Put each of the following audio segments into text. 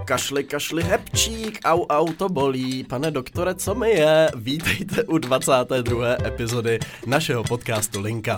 Kašli, kašli, hebčík, au, to bolí. Pane doktore, co mi je? Vítejte u 22. epizody našeho podcastu Linka.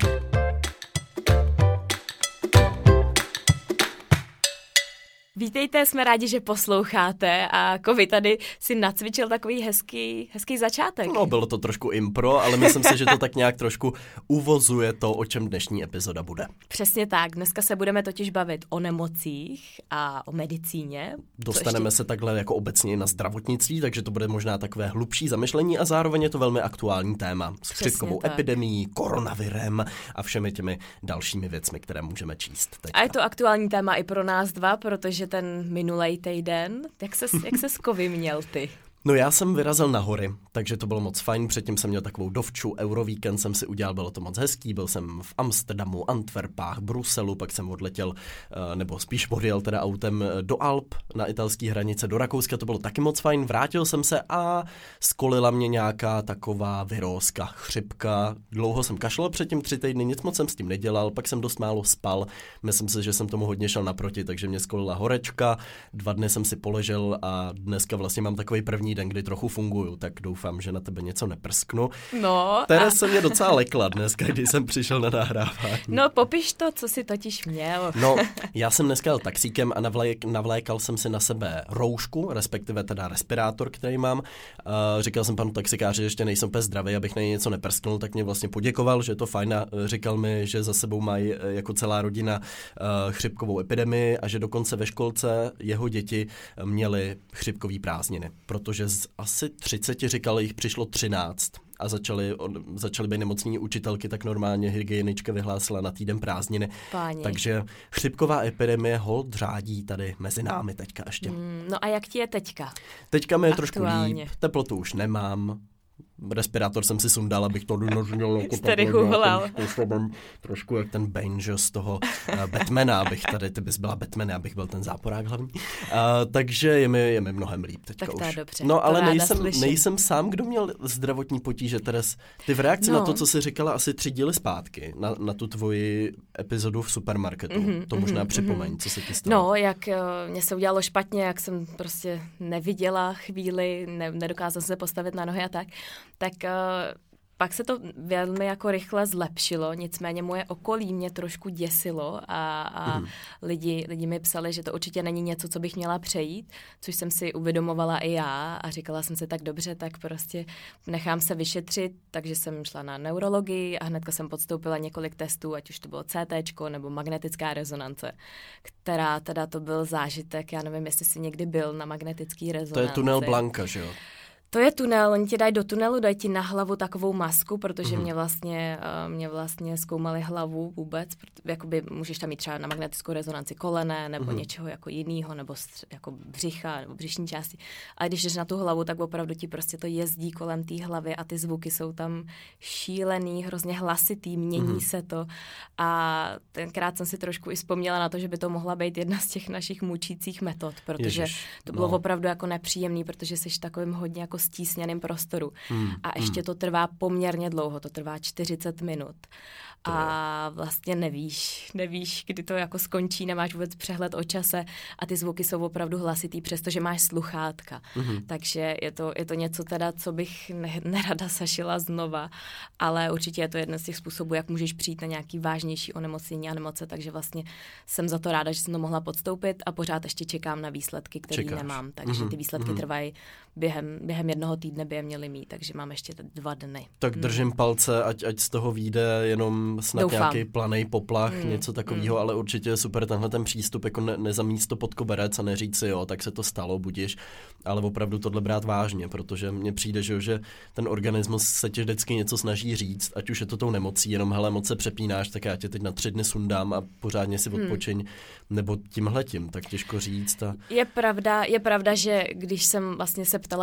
Vítejte, jsme rádi, že posloucháte a Kovy tady si nacvičil takový hezký začátek. No, bylo to trošku impro, ale myslím si, že to tak nějak trošku uvozuje to, o čem dnešní epizoda bude. Přesně tak, dneska se budeme totiž bavit o nemocích a o medicíně. Dostaneme se takhle jako obecně na zdravotnictví, takže to bude možná takové hlubší zamyšlení a zároveň je to velmi aktuální téma s chřipkovou epidemií, koronavirem a všemi těmi dalšími věcmi, které můžeme číst teď. A je to aktuální téma i pro nás dva, protože ten minulej týden, jak se Kovy měl ty? No já jsem vyrazil na hory, takže to bylo moc fajn, předtím jsem měl takovou dovču, Eurovíkend jsem si udělal, bylo to moc hezký, byl jsem v Amsterdamu, Antwerpách, Bruselu, pak jsem odletěl, nebo spíš odjel teda autem do Alp, na italské hranice, do Rakouska, to bylo taky moc fajn, vrátil jsem se a skolila mě nějaká taková virózka, chřipka, dlouho jsem kašlal předtím 3 týdny, nic moc jsem s tím nedělal, pak jsem dost málo spal, myslím si, že jsem tomu hodně šel naproti, takže mě skolila horečka, 2 dny jsem si poležel a dneska vlastně mám takový první den, kdy trochu funguju, tak doufám, že na tebe něco neprsknu. No. Teres se mě docela lekla dneska, když jsem přišel na nahrávání. No popiš to, co jsi totiž měl. No, já jsem dneska jel taxíkem a navlékal jsem si na sebe roušku, respektive teda respirátor, který mám. Říkal jsem panu taxikáři, že ještě nejsem úplně zdravý, abych na něj něco neprsknul, tak mě vlastně poděkoval, že je to fajn a říkal mi, že za sebou mají jako celá rodina chřipkovou epidemii a že dokonce ve školce jeho děti měly chřipkový prázdniny, protože z asi 30 říkal, jich přišlo 13 a začaly být nemocní učitelky, tak normálně hygienička vyhlásila na týden prázdniny. Páni. Takže chřipková epidemie holt řádí tady mezi námi teďka ještě. No a jak ti je teďka? Teďka mi je trošku líp, teplotu už nemám. Respirátor jsem si sundal, abych to neměl jako trošku jak ten Bane, že z toho Batmana, abych tady, ty bys byla Batman, abych byl ten záporák hlavní. Takže je mi mnohem líp teďka tak už. Tak dobře, no ale nejsem sám, kdo měl zdravotní potíže, Teres. Ty v reakci na to, co jsi říkala asi 3 díly zpátky, na tu tvoji epizodu v supermarketu, to možná připomeň, co se ti stalo. No, jak mě se udělalo špatně, jak jsem prostě neviděla chvíli, nedokázala se postavit na nohy a tak pak se to velmi jako rychle zlepšilo, nicméně moje okolí mě trošku děsilo a lidi mi psali, že to určitě není něco, co bych měla přejít, což jsem si uvědomovala i já a říkala jsem si tak dobře, tak prostě nechám se vyšetřit, takže jsem šla na neurologii a hnedka jsem podstoupila několik testů, ať už to bylo CTčko nebo magnetická rezonance, která teda to byl zážitek, já nevím, jestli jsi někdy byl na magnetický rezonanci. To je tunel Blanka, že jo? To je tunel, oni ti dají do tunelu, dají ti na hlavu takovou masku, protože mě vlastně zkoumali hlavu vůbec, jakoby můžeš tam mít třeba na magnetickou rezonanci kolene nebo něčeho jako jinýho, nebo jako břicha, nebo břišní části. A když jdeš na tu hlavu, tak opravdu ti prostě to jezdí kolem té hlavy a ty zvuky jsou tam šílený, hrozně hlasitý, mění se to. A tenkrát jsem si trošku i vzpomněla na to, že by to mohla být jedna z těch našich mučících metod, protože to bylo opravdu jako nepříjemný, protože jsi takovým hodně jako stísněným prostoru. A ještě to trvá poměrně dlouho, to trvá 40 minut. A vlastně nevíš, kdy to jako skončí, nemáš vůbec přehled o čase a ty zvuky jsou opravdu hlasitý, přestože máš sluchátka. Takže je to něco teda, co bych nerada sašila znova, ale určitě je to jeden z těch způsobů, jak můžeš přijít na nějaký vážnější onemocnění a nemoce, takže vlastně jsem za to ráda, že jsem to mohla podstoupit a pořád ještě čekám na výsledky, které nemám. Takže ty výsledky trvají během 1 týdne by je měli mít, takže mám ještě 2 dny. Tak držím palce, ať z toho vyjde jenom snad Doufám. Nějaký planej poplach, něco takového, ale určitě je super tenhle ten přístup, jako nezamíst to pod koberec a neříct si, jo, tak se to stalo, budiš, ale opravdu tohle brát vážně, protože mně přijde, že ten organismus se ti vždycky něco snaží říct, ať už je to tou nemocí, jenom hele, moc se přepínáš, tak já tě teď na 3 dny sundám a pořádně si odpočiň, nebo tímhletím, tak těžko říct. Je pravda, že když jsem vlastně se ptala i ty paní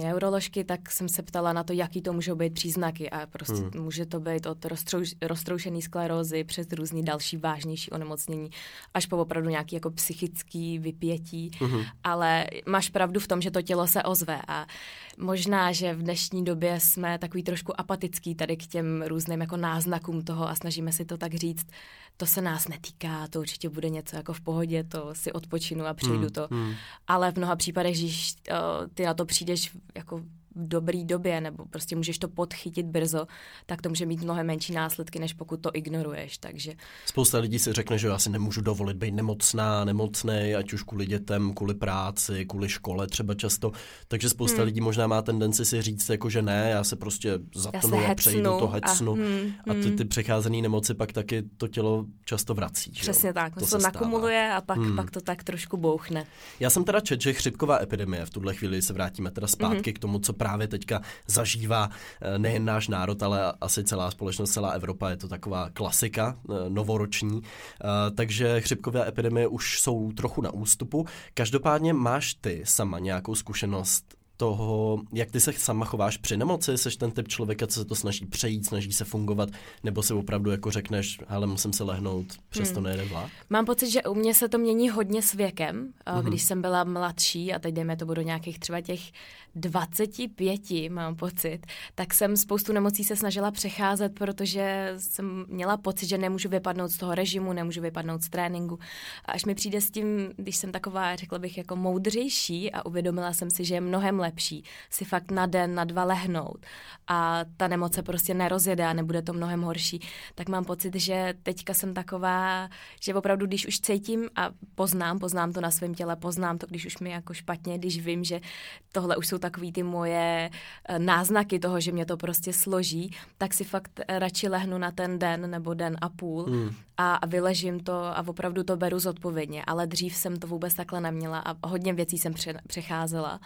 neuroložky, tak jsem se ptala na to, jaký to můžou být příznaky a prostě může to být od roztroušený sklerózy přes různý další vážnější onemocnění, až po opravdu nějaký jako psychický vypětí, ale máš pravdu v tom, že to tělo se ozve a možná, že v dnešní době jsme takový trošku apatický tady k těm různým jako náznakům toho a snažíme si to tak říct, to se nás netýká, to určitě bude něco jako v pohodě, to si odpočinu a přejdu to. Ale v mnoha případech, když ty na to přijdeš jako v dobrý době, nebo prostě můžeš to podchytit brzo, tak to může mít mnohem menší následky, než pokud to ignoruješ, takže... Spousta lidí si řekne, že já si nemůžu dovolit být nemocnej, ať už kvůli dětem, kvůli práci, kvůli škole třeba často, takže spousta lidí možná má tendenci si říct, jako že ne, já se prostě zatnu a přejdu to, hecnu a ty přecházené nemoci pak taky to tělo často vrací. Přesně tak, to se nakumuluje a pak to tak trošku bouchne. Já jsem teda četl, že chřipková epidemie, v tuhle chvíli se vrátíme teda zpátky k tomu, co právě teďka zažívá nejen náš národ, ale asi celá společnost, celá Evropa, je to taková klasika novoroční, takže chřipkové epidemie už jsou trochu na ústupu. Každopádně máš ty sama nějakou zkušenost toho, jak ty se sama chováš při nemoci, seš ten typ člověka, co se to snaží přejít, snaží se fungovat, nebo si opravdu jako řekneš, hele, musím se lehnout, přesto nejde vlak? Mám pocit, že u mě se to mění hodně s věkem, když jsem byla mladší a teď dejme to do nějakých třeba těch 25, mám pocit, tak jsem spoustu nemocí se snažila přecházet, protože jsem měla pocit, že nemůžu vypadnout z toho režimu, nemůžu vypadnout z tréninku. A až mi přijde s tím, když jsem taková, řekla bych, jako moudřejší a uvědomila jsem si, že je mnohem lepší si fakt na den, na 2 lehnout a ta nemoc se prostě nerozjede a nebude to mnohem horší, tak mám pocit, že teďka jsem taková, že opravdu, když už cítím a poznám to na svém těle, poznám to, když už mi jako špatně, když vím, že tohle už jsou takový ty moje náznaky toho, že mě to prostě složí, tak si fakt radši lehnu na ten den nebo den a půl a vyležím to a opravdu to beru zodpovědně, ale dřív jsem to vůbec takhle neměla a hodně věcí jsem přecházela.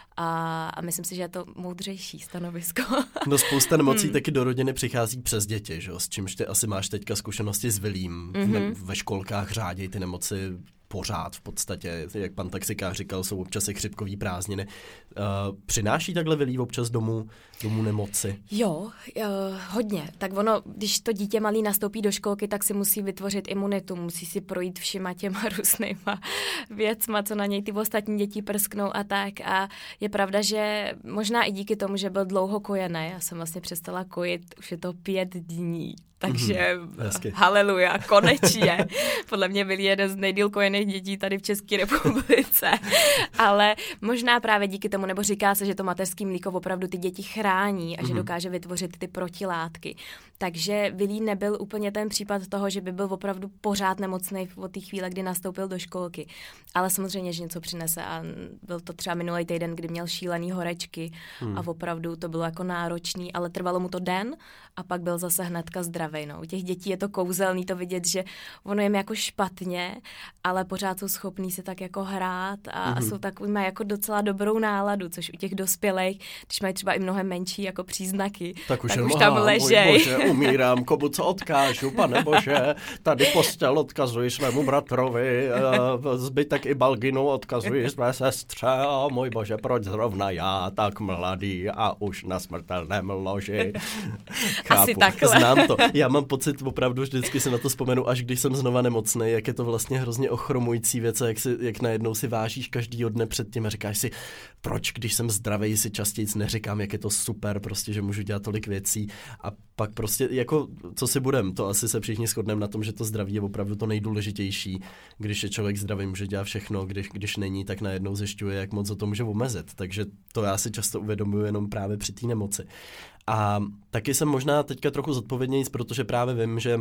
A myslím si, že je to moudřejší stanovisko. No spousta nemocí taky do rodiny přichází přes děti, že? S čímž ty asi máš teďka zkušenosti s Vilím. Ve školkách řádějí ty nemoci pořád v podstatě, jak pan taxikář říkal, jsou občas i chřipkový prázdniny. Přináší takhle Vilí občas domů nemoci? Jo, hodně. Tak ono, když to dítě malý nastoupí do školky, tak si musí vytvořit imunitu, musí si projít všima těma různýma věcma, co na něj ty ostatní děti prsknou a tak. A je pravda, že možná i díky tomu, že byl dlouho kojený, já jsem vlastně přestala kojit, už je to 5 dní. Takže haleluja, konečně. Podle mě byl jeden z nejdýl kojených dětí tady v České republice. Ale možná právě díky tomu, nebo říká se, že to mateřské mlíko opravdu ty děti chrání a že dokáže vytvořit ty protilátky. Takže Vilí nebyl úplně ten případ toho, že by byl opravdu pořád nemocný od té chvíle, kdy nastoupil do školky. Ale samozřejmě, že něco přinese a byl to třeba minulý týden, kdy měl šílený horečky a opravdu to bylo jako náročný, ale trvalo mu to den a pak byl zase hnedka zdravý. No. U těch dětí je to kouzelný to vidět, že ono je jako špatně, ale pořád jsou schopní se tak jako hrát a jsou takový, mají jako docela dobrou náladu, což u těch dospělých, když mají třeba i mnohem menší jako příznaky, tak už tam ležej. Bože, umírám, komu co odkážu, pane bože, tady postel odkazuji svému bratrovi, zbytek i balginu odkazuji své sestře, a můj bože, proč zrovna já, tak mladý a už na smrtelném loži. Asi takhle. Znám to. Já mám pocit, opravdu vždycky si na to vzpomenu, až když jsem znova nemocnej, jak je to vlastně hrozně ochromující věc, jak najednou si vážíš každýho dne předtím a říkáš si, proč, když jsem zdravej, si častěji neříkám, jak je to super, prostě, že můžu dělat tolik věcí a pak prostě, jako, co si budem, to asi se všichni shodneme na tom, že to zdraví je opravdu to nejdůležitější. Když je člověk zdravý, může dělat všechno, když není, tak najednou zjišťuje, jak moc to může omezit. Takže to já si často uvědomuji jenom právě při té nemoci. A taky jsem možná teďka trochu zodpovědnější, protože právě vím, že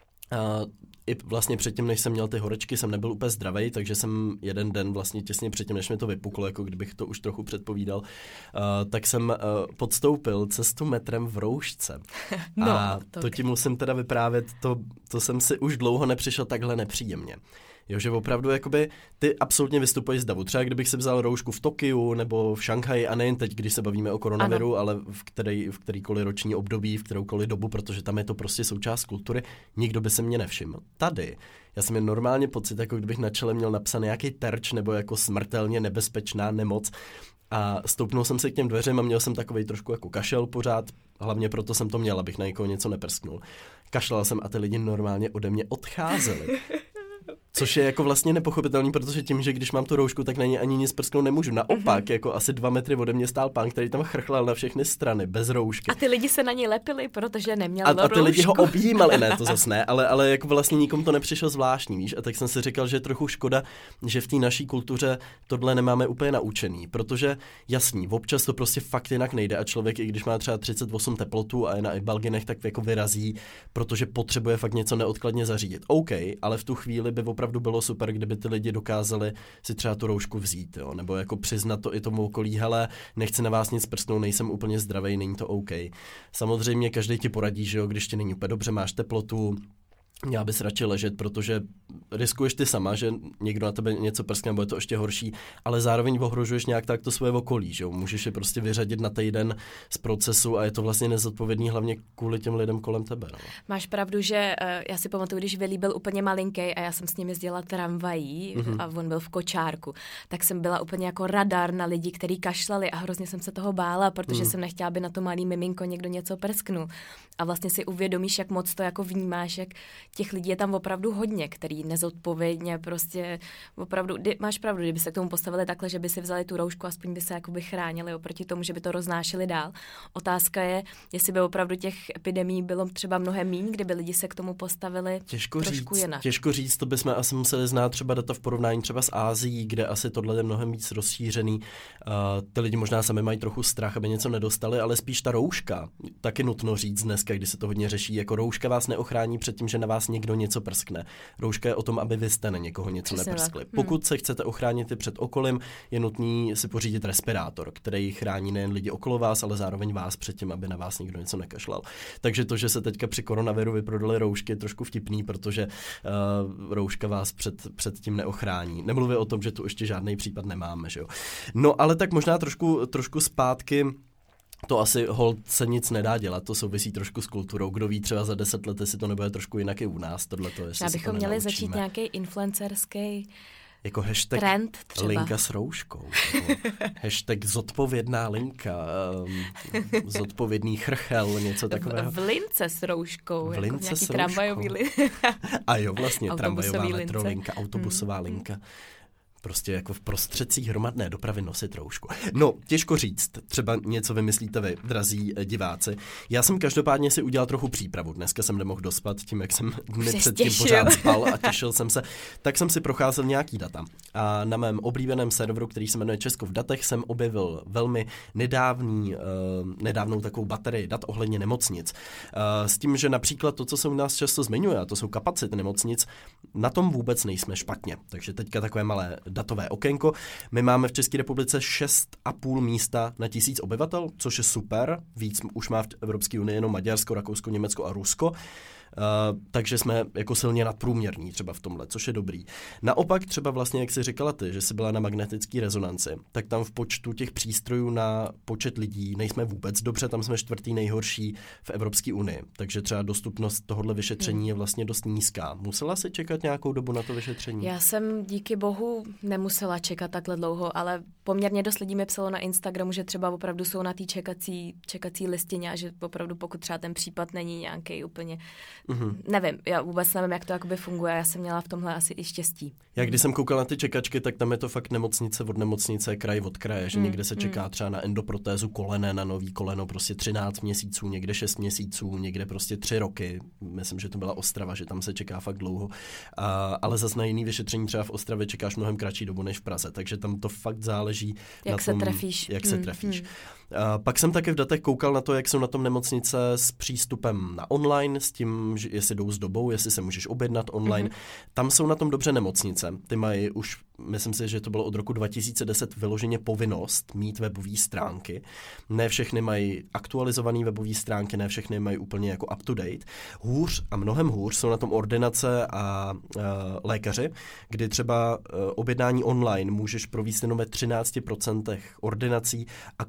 i vlastně předtím, než jsem měl ty horečky, jsem nebyl úplně zdravej, takže jsem jeden den vlastně těsně předtím, než mi to vypuklo, jako kdybych to už trochu předpovídal, tak jsem podstoupil cestu metrem v roušce. No, a to ti musím teda vyprávět, to jsem si už dlouho nepřišel takhle nepříjemně. Jo, že opravdu jakoby ty absolutně vystupuješ z davu. Třeba kdybych si vzal roušku v Tokiu nebo v Šanghaji a nejen teď, když se bavíme o koronaviru, ale v kterýkoliv roční období, v kteroukoliv dobu, protože tam je to prostě součást kultury, nikdo by se mě nevšiml. Tady já jsem měl normálně pocit, jako kdybych na čele měl napsaný nějaký terč nebo jako smrtelně nebezpečná nemoc. A stoupnul jsem se k těm dveřím a měl jsem takovej trošku jako kašel pořád, hlavně proto jsem to měl, abych na někoho něco neprsknul. Kašlal jsem a ty lidi normálně ode mě odcházeli. Což je jako vlastně nepochopitelný, protože tím, že když mám tu roušku, tak na ně ani nic prsknout nemůžu. Naopak, jako asi 2 metry ode mě stál pán, který tam chrchlal na všechny strany, bez roušky. A ty lidi se na něj lepili, protože neměl roušku. A ty lidi ho objímali, ne, to zase ne, ale jako vlastně nikomu to nepřišlo zvláštní, víš. A tak jsem si říkal, že je trochu škoda, že v té naší kultuře tohle nemáme úplně naučený, protože jasný, občas to prostě fakt jinak nejde a člověk, i když má třeba 38 teplotu a je na Ibalginech, tak jako vyrazí, protože potřebuje fakt něco neodkladně zařídit. OK, ale v tu chvíli by opravdu bylo super, kdyby ty lidi dokázali si třeba tu roušku vzít, jo? Nebo jako přiznat to i tomu okolí, hele, nechci na vás nic prsknout, nejsem úplně zdravej, není to OK. Samozřejmě každý ti poradí, že jo, když ti není úplně dobře, máš teplotu, měla bys radši ležet, protože riskuješ ty sama, že někdo na tebe něco prskne, bude to ještě horší, ale zároveň ohrožuješ nějak tak to svoje okolí, že jo? Můžeš je prostě vyřadit na týden z procesu a je to vlastně nezodpovědný hlavně kvůli těm lidem kolem tebe. No. Máš pravdu, že já si pamatuju, když Vili byl úplně malinký a já jsem s ním jezdila tramvají a on byl v kočárku, tak jsem byla úplně jako radar na lidi, kteří kašlali a hrozně jsem se toho bála, protože jsem nechtěla, aby na to malý miminko někdo něco prsknul. A vlastně si uvědomíš, jak moc to jako vnímáš, jak těch lidí je tam opravdu hodně, který nezodpovědně prostě opravdu, máš pravdu, kdyby se k tomu postavili takhle, že by si vzali tu roušku, aspoň by se jakoby chránili oproti tomu, že by to roznášeli dál. Otázka je, jestli by opravdu těch epidemií bylo třeba mnohem míň, kdyby lidi se k tomu postavili trošku jinak. Těžko říct, to bychom asi museli znát třeba data v porovnání třeba s Ázií, kde asi tohle je mnohem víc rozšířený. Ty lidi možná sami mají trochu strach, aby něco nedostali, ale spíš ta rouška, taky nutno říct dneska, kdy se to hodně řeší, jako rouška vás neochrání před tím, že na vás někdo něco prskne. Rouška je o tom, aby vy jste na někoho něco neprskli. Pokud se chcete ochránit i před okolím, je nutný si pořídit respirátor, který chrání nejen lidi okolo vás, ale zároveň vás před tím, aby na vás někdo něco nekašlal. Takže to, že se teďka při koronaviru vyprodaly roušky, je trošku vtipný, protože rouška vás před tím neochrání. Nemluvím o tom, že tu ještě žádný případ nemáme, že jo. No, ale tak možná trošku zpátky. To asi holt se nic nedá dělat, to souvisí trošku s kulturou. Kdo ví, třeba za 10 let, jestli to nebude trošku jinak i u nás, tohleto, jestli se to bychom měli začít nějaký influencerský jako hashtag trend třeba. Linka s rouškou. Hashtag zodpovědná linka, zodpovědný chrchel, něco takového. V lince s rouškou. V lince jako s rouškou. Tramvajový A jo, vlastně tramvajová lince. metrolinka, autobusová linka. Prostě jako v prostředcích hromadné dopravy nosit roušku. No, těžko říct, třeba něco vymyslíte vy, drazí diváci. Já jsem každopádně si udělal trochu přípravu. Dneska jsem nemohl dospat tím, jak jsem dny předtím pořád spal a těšil jsem se. Tak jsem si procházel nějaký data. A na mém oblíbeném serveru, který se jmenuje Česko v datech, jsem objevil velmi nedávnou takovou baterii dat ohledně nemocnic. S tím, že například to, co se u nás často zmiňuje, a to jsou kapacity nemocnic, na tom vůbec nejsme špatně. Takže teďka takové malé datové okénko. My máme v České republice 6,5 místa na 1000 obyvatel, což je super. Víc už má v Evropské unii jenom Maďarsko, Rakousko, Německo a Rusko. Takže jsme jako silně nadprůměrní třeba v tomhle, což je dobrý. Naopak třeba vlastně, jak jsi říkala ty, že jsi byla na magnetické rezonanci, tak tam v počtu těch přístrojů na počet lidí nejsme vůbec dobře, tam jsme 4. nejhorší v Evropské unii. Takže třeba dostupnost tohohle vyšetření je vlastně dost nízká. Musela jsi čekat nějakou dobu na to vyšetření? Já jsem díky bohu nemusela čekat takhle dlouho, ale poměrně dost lidí mi psalo na Instagramu, že třeba opravdu jsou na té čekací listině a že opravdu pokud třeba ten případ není nějaký úplně nevím, já vůbec nevím, jak to jakoby funguje, já jsem měla v tomhle asi i štěstí. Já když jsem koukal na ty čekačky, tak tam je to fakt nemocnice od nemocnice, kraj od kraje, že někde se čeká třeba na endoprotézu kolene, na nový koleno prostě 13 měsíců, někde 6 měsíců, někde prostě 3 roky. Myslím, že to byla Ostrava, že tam se čeká fakt dlouho. Ale zase na jiný vyšetření třeba v Ostravě čekáš mnohem kratší dobu než v Praze, takže tam to fakt záleží jak na tom, jak se trefíš. Pak jsem taky v datech koukal na to, jak jsou na tom nemocnice s přístupem na online, s tím, že jestli jdou s dobou, jestli se můžeš objednat online. Tam jsou na tom dobře nemocnice. Ty mají už, myslím si, že to bylo od roku 2010 vyloženě povinnost mít webové stránky. Ne všechny mají aktualizované webové stránky, ne všechny mají úplně jako up to date. Hůř a mnohem hůř jsou na tom ordinace a lékaři, kdy třeba objednání online můžeš provést jenom ve 13% ordinací a konzultací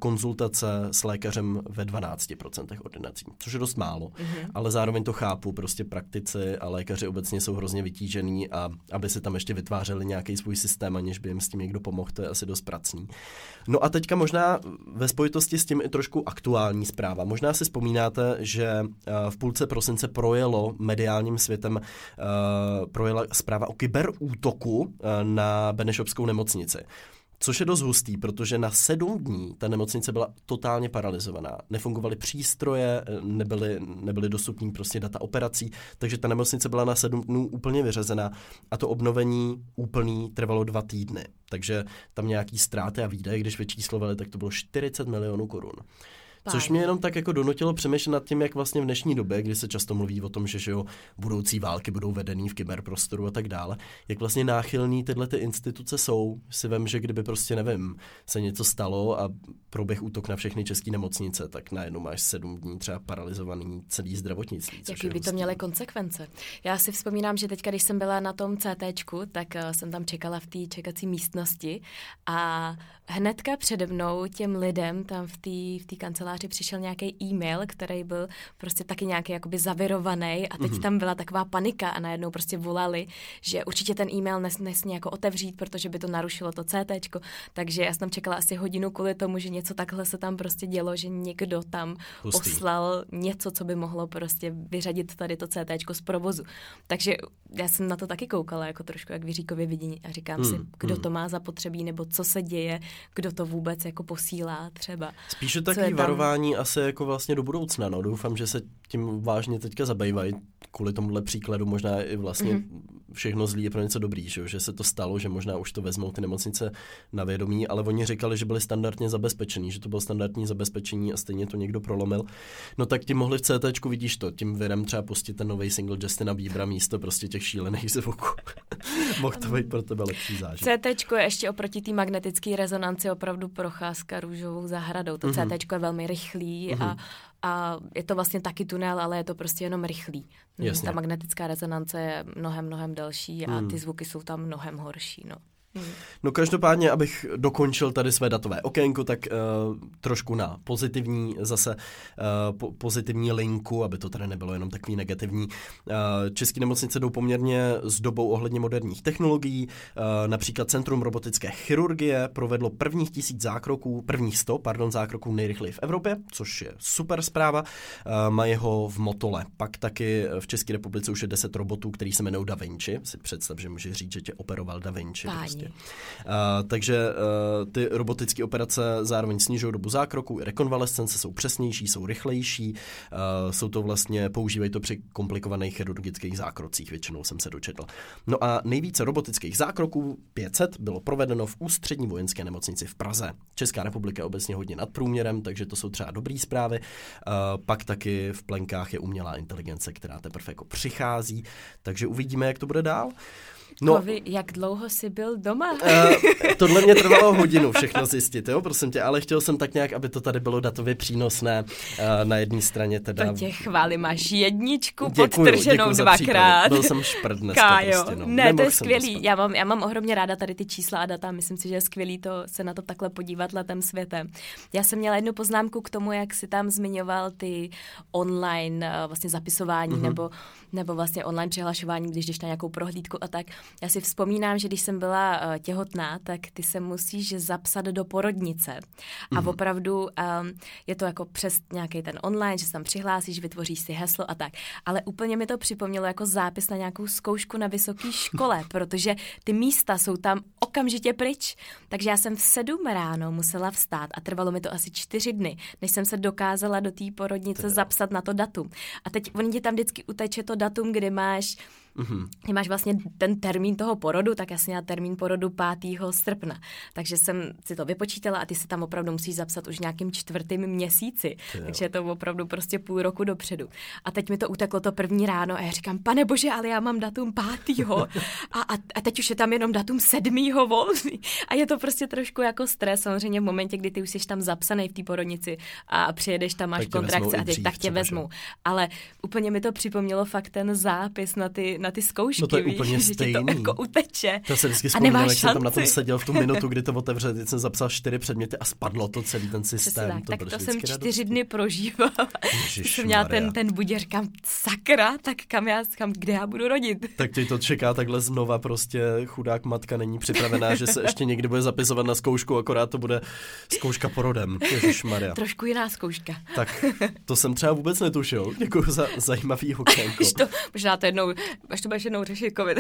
konzultace s lékařem ve 12% ordinací, což je dost málo, ale zároveň to chápu, prostě praktici a lékaři obecně jsou hrozně vytížený a aby si tam ještě vytvářeli nějaký svůj systém, aniž by jim s tím někdo pomohl, to je asi dost pracný. No a teďka možná ve spojitosti s tím i trošku aktuální zpráva. Možná si vzpomínáte, že v půlce prosince projela mediálním světem zpráva o kyberútoku na Benešovskou nemocnici. Což je dost hustý, protože na 7 dní ta nemocnice byla totálně paralizovaná. Nefungovaly přístroje, nebyly dostupný prostě data operací, takže ta nemocnice byla na 7 dnů úplně vyřazená a to obnovení úplný trvalo 2 týdny. Takže tam nějaký ztráty a výdaje, když vyčíslovali, tak to bylo 40 milionů korun. Což mě jenom tak jako donutilo přemýšlet nad tím, jak vlastně v dnešní době, kdy se často mluví o tom, že budoucí války budou vedený v kyberprostoru a tak dále, jak vlastně náchylný tyhle ty instituce jsou. Si vem, že kdyby prostě, nevím, se něco stalo a proběh útok na všechny české nemocnice, tak najednou máš 7 dní třeba paralizovaný celý zdravotnictví. Jaký by to měly konsekvence? Já si vzpomínám, že teďka, když jsem byla na tom CTčku, tak jsem tam čekala v té čekací místnosti a hnedka přede mnou těm lidem tam v té kanceláři přišel nějaký e-mail, který byl prostě taky nějaký jakoby zavirovaný a teď tam byla taková panika a najednou prostě volali, že určitě ten e-mail nesmí jako otevřít, protože by to narušilo to CTčko. Takže já jsem tam čekala asi hodinu kvůli tomu, že něco takhle se tam prostě dělo, že někdo tam poslal něco, co by mohlo prostě vyřadit tady to CTčko z provozu. Takže já jsem na to taky koukala jako trošku jak vyříkově vidění a říkám si, kdo to má zapotřebí nebo co se děje, kdo to vůbec jako posílá třeba. Spíše taky varování asi jako vlastně do budoucna. No. Doufám, že se tím vážně teďka zabývají kvůli tomuhle příkladu. Možná i vlastně všechno zlý je pro něco dobrý, že se to stalo, že možná už to vezmou ty nemocnice na vědomí, ale oni říkali, že byli standardně zabezpečení, že to bylo standardní zabezpečení a stejně to někdo prolomil. No tak ti mohli v CTčku, vidíš to, tím virem třeba pustit ten nový single Justina Biebera místo prostě těch šílených zvuků. Mohl to být pro tebe lepší zážitek. CTčko je ještě oproti té magnetické rezonanci opravdu procházka růžovou zahradou. To CTčko je velmi rychlý a je to vlastně taky tunel, ale je to prostě jenom rychlý. Jasně. Ta magnetická rezonance je mnohem delší a ty zvuky jsou tam mnohem horší. No každopádně, abych dokončil tady své datové okénko, tak trošku na pozitivní zase pozitivní linku, aby to tady nebylo jenom takový negativní. České nemocnice jdou poměrně s dobou ohledně moderních technologií. Například Centrum robotické chirurgie provedlo prvních 100 zákroků nejrychleji v Evropě, což je super zpráva. Mají ho v Motole. Pak taky v České republice už je 10 robotů, který se jmenují Da Vinci. Si představ, že může říct, že tě operoval Da Vinci. Takže ty robotické operace zároveň snižují dobu zákroku, rekonvalescence jsou přesnější, jsou rychlejší, jsou to vlastně, používají to při komplikovaných chirurgických zákrocích, většinou jsem se dočetl. No a nejvíce robotických zákroků, 500, bylo provedeno v Ústřední vojenské nemocnici v Praze. Česká republika je obecně hodně nad průměrem, takže to jsou třeba dobrý zprávy. Pak taky v plenkách je umělá inteligence, která teprve jako přichází, takže uvidíme, jak to bude dál. No, Kovi, jak dlouho jsi byl doma? Tohle mě trvalo hodinu všechno zjistit, jo, prosím tě, ale chtěl jsem tak nějak, aby to tady bylo datově přínosné. Na jedné straně teda... To tě chvály, máš 1 podtrženou 2krát. Byl jsem šprt dneska. Kájo, prostě, no. Ne, to je skvělý. Já mám ohromně ráda tady ty čísla a data, myslím si, že je skvělý to se na to takhle podívat letem světem. Já jsem měla jednu poznámku k tomu, jak si tam zmiňoval ty online vlastně zapisování nebo vlastně online přihlašování, když jdeš na nějakou prohlídku a tak. Já si vzpomínám, že když jsem byla těhotná, tak ty se musíš zapsat do porodnice. A opravdu je to jako přes nějaký ten online, že se tam přihlásíš, vytvoříš si heslo a tak. Ale úplně mi to připomnělo jako zápis na nějakou zkoušku na vysoké škole, protože ty místa jsou tam okamžitě pryč. Takže já jsem v 7 ráno musela vstát a trvalo mi to asi 4 dny, než jsem se dokázala do té porodnice zapsat na to datum. A teď oni ti tam vždycky uteče to datum, kdy máš vlastně ten termín toho porodu, tak já jsem měla termín porodu 5. srpna. Takže jsem si to vypočítala a ty se tam opravdu musíš zapsat už nějakým 4. měsíci. Takže je to opravdu prostě půl roku dopředu. A teď mi to uteklo to 1. ráno a já říkám, pane bože, ale já mám datum 5. a teď už je tam jenom datum 7. volný. A je to prostě trošku jako stres, samozřejmě v momentě, kdy ty už jsi tam zapsaný v té porodnici a přijedeš tam, máš kontrakce a tak tě vezmou. Ale úplně mi to připomnělo fakt ten zápis na ty zkoušky, no to je úplně víš, že ti to jako uteče. To se vždycky a nemáš viděl, jak jsem tam na tom seděl v tu minutu, kdy to otevře, teď jsem zapsal 4 předměty a spadlo to celý ten systém. Tak to jsem 4 dny prožívala. Jsem měla ten budě, říkám, sakra, tak kde já budu rodit? Tak tě to čeká takhle znova, prostě chudák matka není připravená, že se ještě někdy bude zapisovat na zkoušku, akorát to bude zkouška porodem. Ježišmarja. Trošku jiná zkouška. Tak to jsem třeba vůbec netušil. Děkuji za zajímavý okénko. Možná to jednou, až to budeš jednou řešit covid.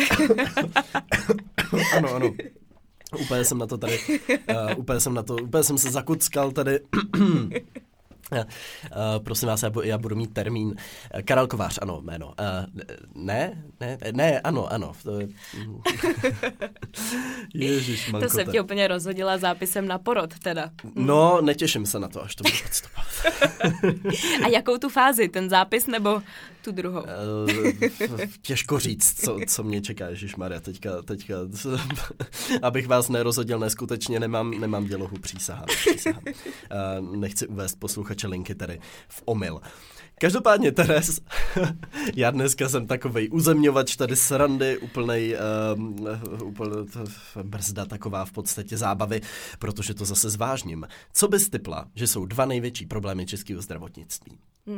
Ano. Úplně jsem na to tady, úplně jsem se zakuckal tady. Prosím vás, já budu mít termín. Karel Kovář, ano, jméno. Ano. To je... Ježišmanko. To jsem tě úplně rozhodila zápisem na porod, teda. No, netěším se na to, až to budu podstupovat. A jakou tu fázi, ten zápis nebo tu druhou? Těžko říct, co mě čeká, ježišmarja, teďka, abych vás nerozhodil, neskutečně nemám dělohu, přísahám. Nechci uvést posluchače linky tady v omyl. Každopádně, Teres, já dneska jsem takovej uzemňovač tady srandy, úplnej brzda taková v podstatě zábavy, protože to zase zvážním. Co bys tipla, že jsou 2 největší problémy českého zdravotnictví?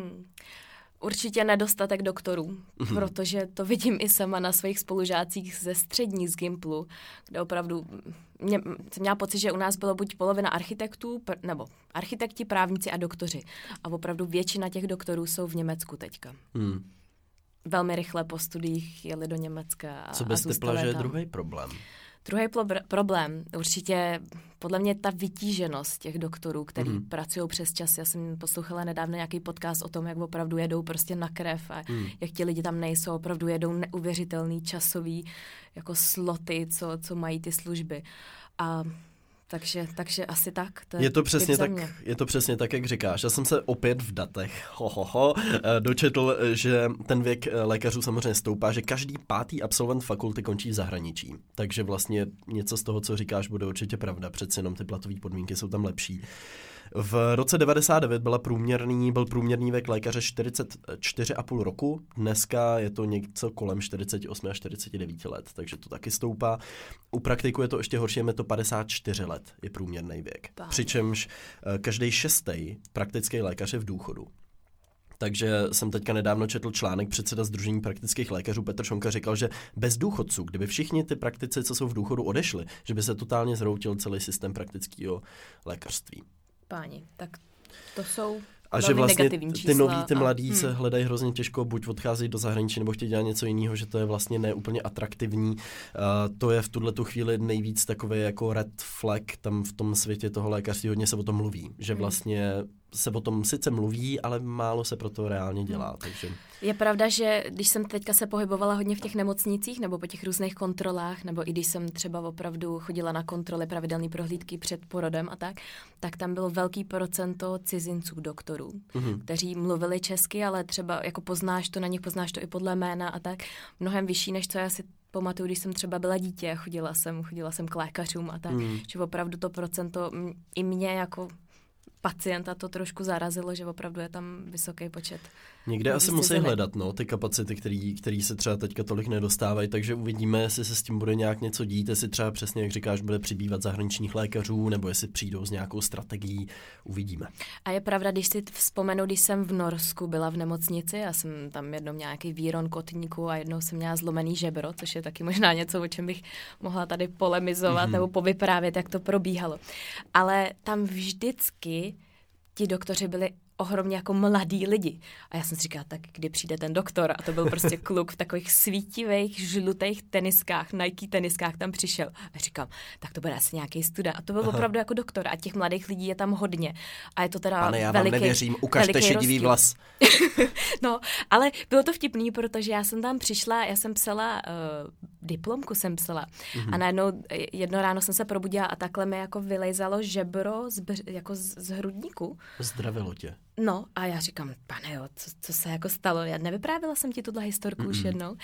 Určitě nedostatek doktorů, protože to vidím i sama na svých spolužácích ze střední z Gimplu, kde opravdu jsem měla pocit, že u nás bylo buď polovina architektů, nebo architekti, právníci a doktoři. A opravdu většina těch doktorů jsou v Německu teďka. Velmi rychle po studiích jeli do Německa. Co bys tipla, že je druhý problém? Druhý problém, určitě podle mě ta vytíženost těch doktorů, kteří pracují přes čas. Já jsem poslouchala nedávno nějaký podcast o tom, jak opravdu jedou prostě na krev a jak ti lidi tam nejsou, opravdu jedou neuvěřitelný časový jako sloty, co mají ty služby. A takže asi tak. Je to přesně tak, jak říkáš. Já jsem se opět v datech dočetl, že ten věk lékařů samozřejmě stoupá, že každý 5. absolvent fakulty končí v zahraničí. Takže vlastně něco z toho, co říkáš, bude určitě pravda. Přece jenom ty platové podmínky jsou tam lepší. V roce 99 byl průměrný věk lékaře 44,5 roku, dneska je to něco kolem 48 až 49 let, takže to taky stoupá. U praktiku je to ještě horší, je to 54 let, je průměrný věk. Přičemž každý 6. praktický lékař je v důchodu. Takže jsem teďka nedávno četl článek, předseda Sdružení praktických lékařů Petr Šonka říkal, že bez důchodců, kdyby všichni ty praktici, co jsou v důchodu, odešli, že by se totálně zhroutil celý systém praktického lékařství. Páni, tak to jsou a že vlastně ty mladí se hledají hrozně těžko, buď odcházejí do zahraničí, nebo chtějí dělat něco jiného, že to je vlastně neúplně atraktivní. To je v tuhletu chvíli nejvíc takový jako red flag, tam v tom světě toho lékařství hodně se o tom mluví, že vlastně se o tom sice mluví, ale málo se pro to reálně dělá. Takže... Je pravda, že když jsem teďka se pohybovala hodně v těch nemocnicích nebo po těch různých kontrolách, nebo i když jsem třeba opravdu chodila na kontroly, pravidelné prohlídky před porodem a tak tam bylo velký procento cizinců doktorů, kteří mluvili česky, ale třeba jako poznáš to i podle jména a tak, mnohem vyšší, než co já si pamatuju, když jsem třeba byla dítě a chodila jsem k lékařům a tak, že opravdu to procento i mě jako pacienta to trošku zarazilo, že opravdu je tam vysoký počet. Někde asi musí hledat ty kapacity, který se třeba teďka tolik nedostávají, takže uvidíme, jestli se s tím bude nějak něco dít, jestli třeba přesně, jak říkáš, bude přibývat zahraničních lékařů, nebo jestli přijdou s nějakou strategií, uvidíme. A je pravda, když si vzpomenu, když jsem v Norsku byla v nemocnici, já jsem tam jednou měla nějaký výron kotníku a jednou jsem měla zlomený žebro, což je taky možná něco, o čem bych mohla tady polemizovat nebo povyprávět, jak to probíhalo. Ale tam vždycky ti doktoři byli ohromně jako mladí lidi. A já jsem si říkala, tak kdy přijde ten doktor? A to byl prostě kluk v takových svítivých, žlutých teniskách, Nike teniskách tam přišel. A říkám, tak to bude asi nějaký student. A to byl opravdu jako doktor. A těch mladých lidí je tam hodně. A je to teda Pane, já vám nevěřím, ukažte šedivý vlas. No, ale bylo to vtipný, protože já jsem tam přišla, já jsem psala, diplomku jsem psala. A najednou jedno ráno jsem se probudila a takhle mi jako vylejzalo žebro jako z hrudníku. Zdravilo tě. No a já říkám, pane jo, co se jako stalo? Já nevyprávěla jsem ti tuhle historku už jednou.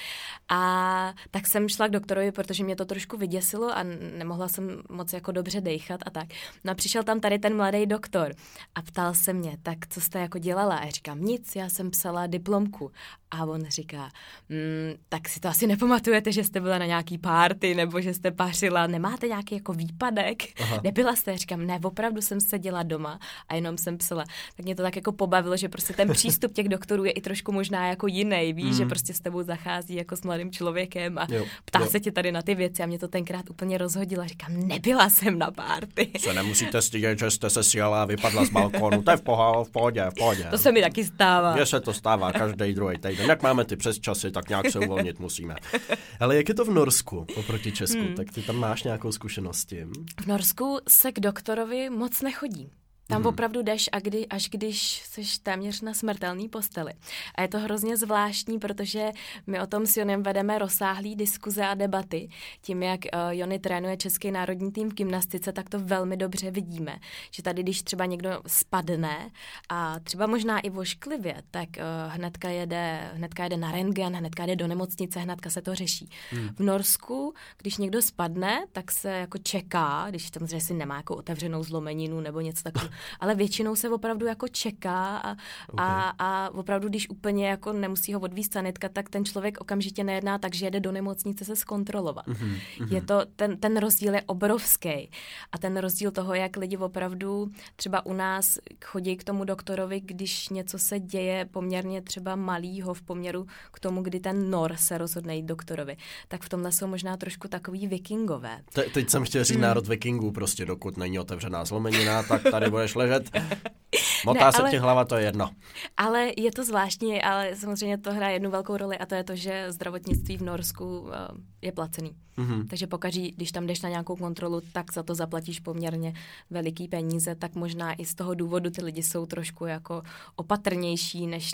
A tak jsem šla k doktorovi, protože mě to trošku vyděsilo a nemohla jsem moc jako dobře dejchat a tak. No a přišel tam tady ten mladý doktor a ptal se mě, tak co jste jako dělala? A já říkám, nic, já jsem psala diplomku. A on říká, tak si to asi nepamatujete, že jste byla na nějaký party nebo že jste pařila, nemáte nějaký jako výpadek? Aha. Nebyla jste? Říkám, ne, opravdu jsem seděla doma a jenom jsem psala. Tak mě to tak jako pobavilo, že prostě ten přístup těch doktorů je i trošku možná jako jiný, víš, že prostě s tebou zachází jako s mladým člověkem a ptá se tě tady na ty věci a mě to tenkrát úplně rozhodila. Říkám, nebyla jsem na party. Se nemusíte stydět, že jste se sjela a vypadla z balkónu, to je v pohodě. To se mi taky stává. Mně se to stává každý druhý týden. Jak máme ty přesčasy, tak nějak se uvolnit musíme. Ale jak je to v Norsku oproti Česku? Tak ty tam máš nějakou zkušenost s tím? V Norsku se k doktorovi moc nechodí. Tam opravdu jdeš až když jsi téměř na smrtelný posteli. A je to hrozně zvláštní, protože my o tom s Jonem vedeme rozsáhlý diskuze a debaty. Tím, jak Jony trénuje český národní tým v gymnastice, tak to velmi dobře vidíme. Že tady, když třeba někdo spadne a třeba možná i vošklivě, tak hnedka jede na rentgen, hnedka jde do nemocnice, hnedka se to řeší. V Norsku, když někdo spadne, tak se jako čeká, když samozřejmě si nemá jako otevřenou zlomeninu nebo něco takového, ale většinou se opravdu jako čeká a opravdu, když úplně jako nemusí ho odvízt sanitka, tak ten člověk okamžitě nejedná tak, že jede do nemocnice se zkontrolovat. Je to, ten rozdíl je obrovský. A ten rozdíl toho, jak lidi opravdu třeba u nás chodí k tomu doktorovi, když něco se děje poměrně třeba malýho v poměru k tomu, kdy ten Nor se rozhodne jít doktorovi, tak v tomhle jsou možná trošku takový vikingové. Teď jsem chtěl říct národ vikingů, prostě dokud není otevřená zlomenina, tak tady budeš ležet. Motá se ti hlava, to je jedno. Ale je to zvláštní, ale samozřejmě to hraje jednu velkou roli a to je to, že zdravotnictví v Norsku je placený. Takže pokaždý, když tam jdeš na nějakou kontrolu, tak za to zaplatíš poměrně veliký peníze, tak možná i z toho důvodu ty lidi jsou trošku jako opatrnější, než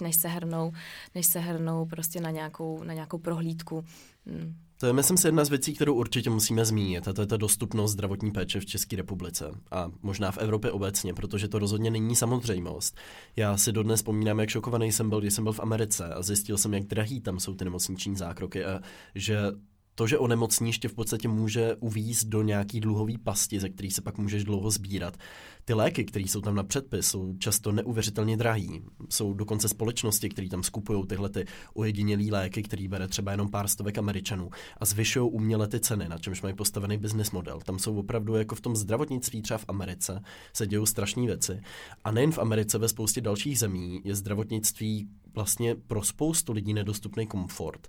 se hrnou prostě na nějakou prohlídku. To je, myslím si, jedna z věcí, kterou určitě musíme zmínit, a to je ta dostupnost zdravotní péče v České republice a možná v Evropě obecně, protože to rozhodně není samozřejmost. Já si dodnes vzpomínám, jak šokovaný jsem byl, když jsem byl v Americe a zjistil jsem, jak drahý tam jsou ty nemocniční zákroky a že to, že onemocníš, tě v podstatě může uvízt do nějaký dluhový pasti, ze který se pak můžeš dlouho sbírat. Ty léky, které jsou tam na předpis, jsou často neuvěřitelně drahý. Jsou dokonce společnosti, které tam skupují tyhle ty ojedinělý léky, který bere třeba jenom pár stovek Američanů a zvyšují uměle ty ceny, na čemž mají postavený business model. Tam jsou opravdu jako v tom zdravotnictví, třeba v Americe, se dějou strašné věci. A nejen v Americe, ve spoustě dalších zemí je zdravotnictví vlastně pro spoustu lidí nedostupný komfort.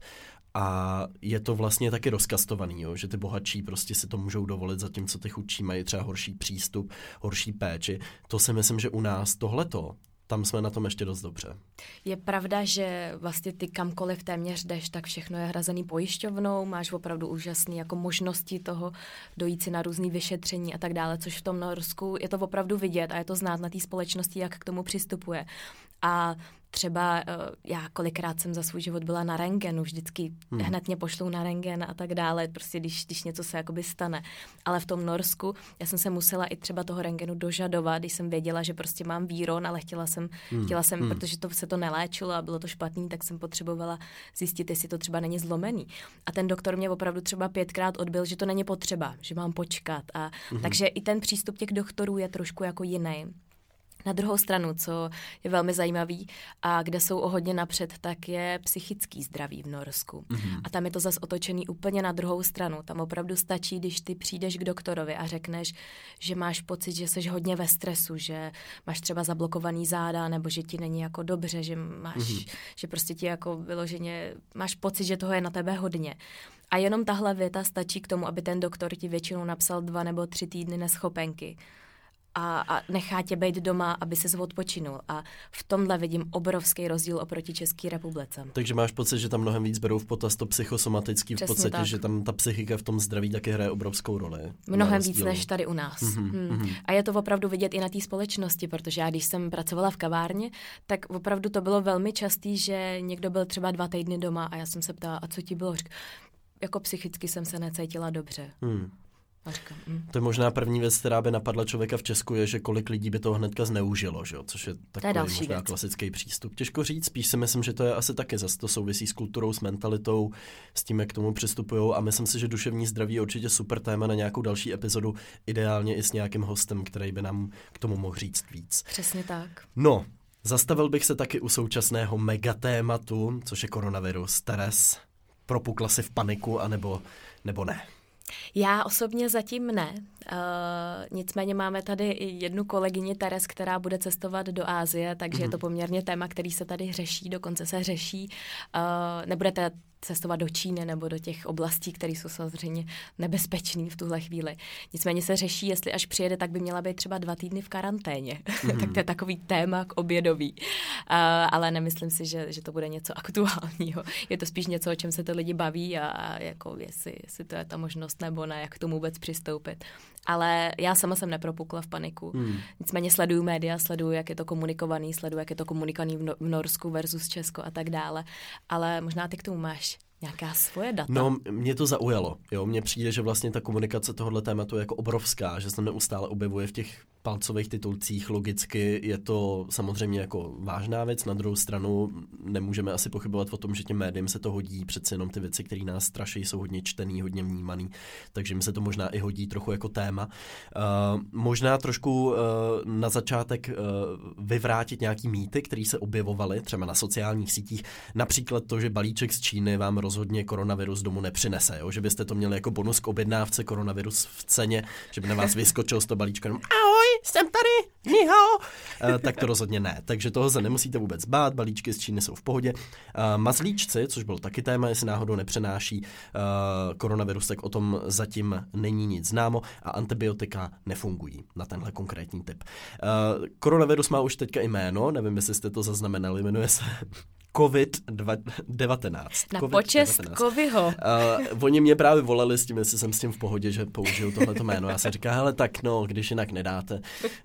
A je to vlastně taky rozkastovaný, jo? Že ty bohatší prostě si to můžou dovolit, zatímco ty chudší mají třeba horší přístup, horší péči. To si myslím, že u nás tohleto, tam jsme na tom ještě dost dobře. Je pravda, že vlastně ty kamkoliv téměř jdeš, tak všechno je hrazený pojišťovnou, máš opravdu úžasný jako možnosti toho dojít si na různý vyšetření a tak dále, což v tom Norsku je to opravdu vidět a je to znát na té společnosti, jak k tomu přistupuje. A třeba já kolikrát jsem za svůj život byla na rentgenu, vždycky hned mě pošlou na rentgen a tak dále, prostě když něco se jakoby stane. Ale v tom Norsku já jsem se musela i třeba toho rentgenu dožadovat, když jsem věděla, že prostě mám víron, ale chtěla jsem, protože se to neléčilo a bylo to špatný, tak jsem potřebovala zjistit, jestli to třeba není zlomený. A ten doktor mě opravdu třeba 5krát odbyl, že to není potřeba, že mám počkat. Takže i ten přístup těch doktorů je trošku jako jiný. Na druhou stranu, co je velmi zajímavý a kde jsou o hodně napřed, tak je psychický zdraví v Norsku. A tam je to zas otočený úplně na druhou stranu. Tam opravdu stačí, když ty přijdeš k doktorovi a řekneš, že máš pocit, že jsi hodně ve stresu, že máš třeba zablokovaný záda, nebo že ti není jako dobře, že máš, že prostě ti jako vyloženě máš pocit, že toho je na tebe hodně. A jenom tahle věta stačí k tomu, aby ten doktor ti většinou napsal 2 nebo 3 týdny neschopenky. A nechá tě být doma, aby ses odpočinul. A v tomhle vidím obrovský rozdíl oproti České republice. Takže máš pocit, že tam mnohem víc berou v potaz to psychosomatický, v podstatě, tak. Že tam ta psychika v tom zdraví taky hraje obrovskou roli. Mnohem víc než tady u nás. A je to opravdu vidět i na té společnosti, protože já, když jsem pracovala v kavárně, tak opravdu to bylo velmi častý, že někdo byl třeba 2 týdny doma a já jsem se ptala, a co ti bylo? Jako psychicky jsem se necítila dobře. A říkám, To je možná první věc, která by napadla člověka v Česku, je, že kolik lidí by toho hnedka zneužilo, že? Což je takový možná klasický přístup. Těžko říct, spíš si myslím, že to je asi taky zase to souvisí s kulturou, s mentalitou, s tím, jak k tomu přistupují, a myslím si, že duševní zdraví je určitě super téma na nějakou další epizodu, ideálně i s nějakým hostem, který by nám k tomu mohl říct víc. Přesně tak. No, zastavil bych se taky u současného megatématu, což je koronavirus. Teres, propukla si v paniku, anebo ne? Já osobně zatím ne. Nicméně máme tady jednu kolegyni Teres, která bude cestovat do Asie, takže je to poměrně téma, který se tady řeší, dokonce se řeší. Nebudete cestovat do Číny nebo do těch oblastí, které jsou samozřejmě nebezpečné v tuhle chvíli. Nicméně se řeší, jestli až přijede, tak by měla být třeba 2 týdny v karanténě. Tak to je takový téma k obědový. Ale nemyslím si, že to bude něco aktuálního. Je to spíš něco, o čem se ty lidi baví a jako jestli to je ta možnost nebo ne, jak k tomu vůbec přistoupit. Ale já sama jsem nepropukla v paniku. Nicméně sleduju média, sleduju, jak je to komunikovaný, sleduju, jak je to komunikovaný v Norsku versus Česko a tak dále. Ale možná ty k tomu máš nějaká svoje data. No, mě to zaujalo. Jo, mně přijde, že vlastně ta komunikace tohohle tématu je jako obrovská, že se neustále objevuje v těch palcových titulcích. Logicky je to samozřejmě jako vážná věc. Na druhou stranu nemůžeme asi pochybovat o tom, že těm médiím se to hodí. Přece jenom ty věci, které nás straší, jsou hodně čtený, hodně vnímaný. Takže mi se to možná i hodí trochu jako téma. Možná trošku na začátek vyvrátit nějaký mýty, které se objevovaly třeba na sociálních sítích. Například to, že balíček z Číny vám rozhodně koronavirus domů nepřinese. Jo? Že byste to měli jako bonus k objednávce, koronavirus v ceně, že by na vás vyskočil z toho balíčka jenom ahoj, jsem tady, ni hao. Tak to rozhodně ne. Takže toho se nemusíte vůbec bát, balíčky z Číny jsou v pohodě. Mazlíčci, což bylo taky téma, jestli náhodou nepřenáší koronavirus, tak o tom zatím není nic známo a antibiotika nefungují na tenhle konkrétní typ. Koronavirus má už teďka jméno, nevím, jestli jste to zaznamenali, jmenuje se COVID-19. Na počest Coviho. Oni mě právě volali s tím, jestli jsem s tím v pohodě, že použiju tohleto jméno. Já jsem říkal, hele, tak no, když jinak nedáte,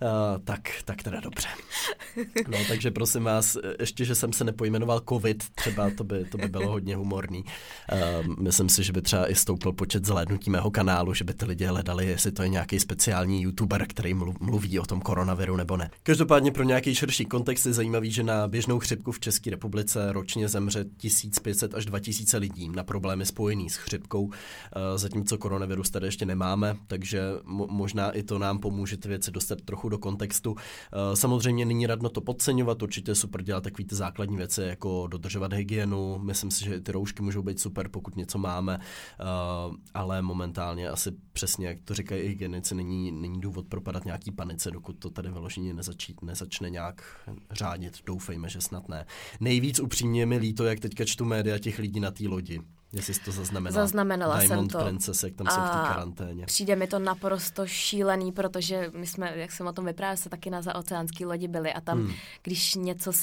tak teda dobře. No, takže prosím vás, ještě, že jsem se nepojmenoval COVID, třeba to by bylo hodně humorný. Myslím si, že by třeba i stoupil počet zhlédnutí mého kanálu, že by ty lidi hledali, jestli to je nějaký speciální youtuber, který mluví o tom koronaviru nebo ne. Každopádně pro nějaký širší kontext je zajímavý, že na běžnou chřipku v České republice ročně zemře 1500 až 2000 lidí na problémy spojený s chřipkou, zatímco koronavirus tady ještě nemáme, takže možná i to nám pomůže ty věci dostat trochu do kontextu. Samozřejmě není radno to podceňovat, určitě je super dělat takový ty základní věci, jako dodržovat hygienu, myslím si, že ty roušky můžou být super, pokud něco máme, ale momentálně asi přesně, jak to říkají i hygienici, není důvod propadat nějaký panice, dokud to tady vyloženě nezačne nějak řádit, doufejme, že snad ne. Nejvíc upřímně mi líto, jak teďka čtu média těch lidí na té lodi. Jestli jsi to zaznamenala. Zaznamenala Diamond jsem to. Princess, jak tam jsou v té karanténě. Přijde mi to naprosto šílený, protože my jsme, jak jsem o tom vyprávěla, se taky na zaoceánský lodi byli a tam, když něco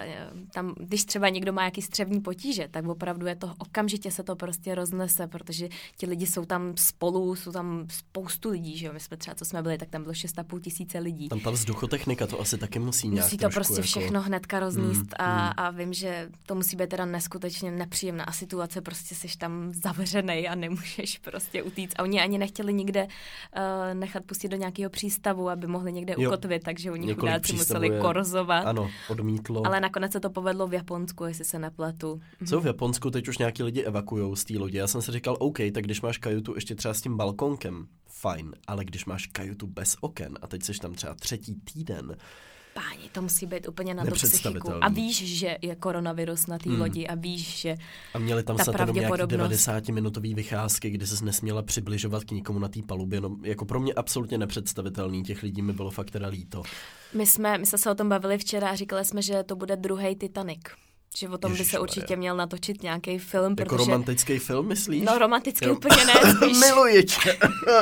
když třeba někdo má jaký střevní potíže, tak opravdu je to, okamžitě se to prostě roznese, protože ti lidi jsou tam spolu, jsou tam spoustu lidí, že jo, my jsme třeba, co jsme byli, tak tam bylo 6500 lidí. Tam ta vzduchotechnika to asi taky musí nějak musí to prostě jako všechno hnedka rozníst a vím, že to musí být teda neskutečně nepříjemná situace, prostě jsi tam zavřenej a nemůžeš prostě utíct. A oni ani nechtěli nikde nechat pustit do nějakého přístavu, aby mohli někde ukotvit, takže oni chudáci museli korzovat. Ano, odmítlo. Ale nakonec se to povedlo v Japonsku, jestli se nepletu. Co v Japonsku teď už nějaký lidi evakujou z té lodi. Já jsem si říkal, OK, tak když máš kajutu ještě třeba s tím balkonkem, fajn, ale když máš kajutu bez oken a teď jsi tam třeba 3. týden, páni, to musí být úplně na to psychiku. A víš, že je koronavirus na té lodi a víš, že a měli tam snad jenom nějaký 90-minutový vycházky, kdy ses nesměla přibližovat k nikomu na té palubě. No, jako pro mě absolutně nepředstavitelný. Těch lidí mi bylo fakt teda líto. My jsme se o tom bavili včera a říkali jsme, že to bude druhý Titanic. Že o tom by se určitě měl natočit nějaký film, jako protože romantický film, myslíš? No, romantický úplně ne, spíš. Miluji tě.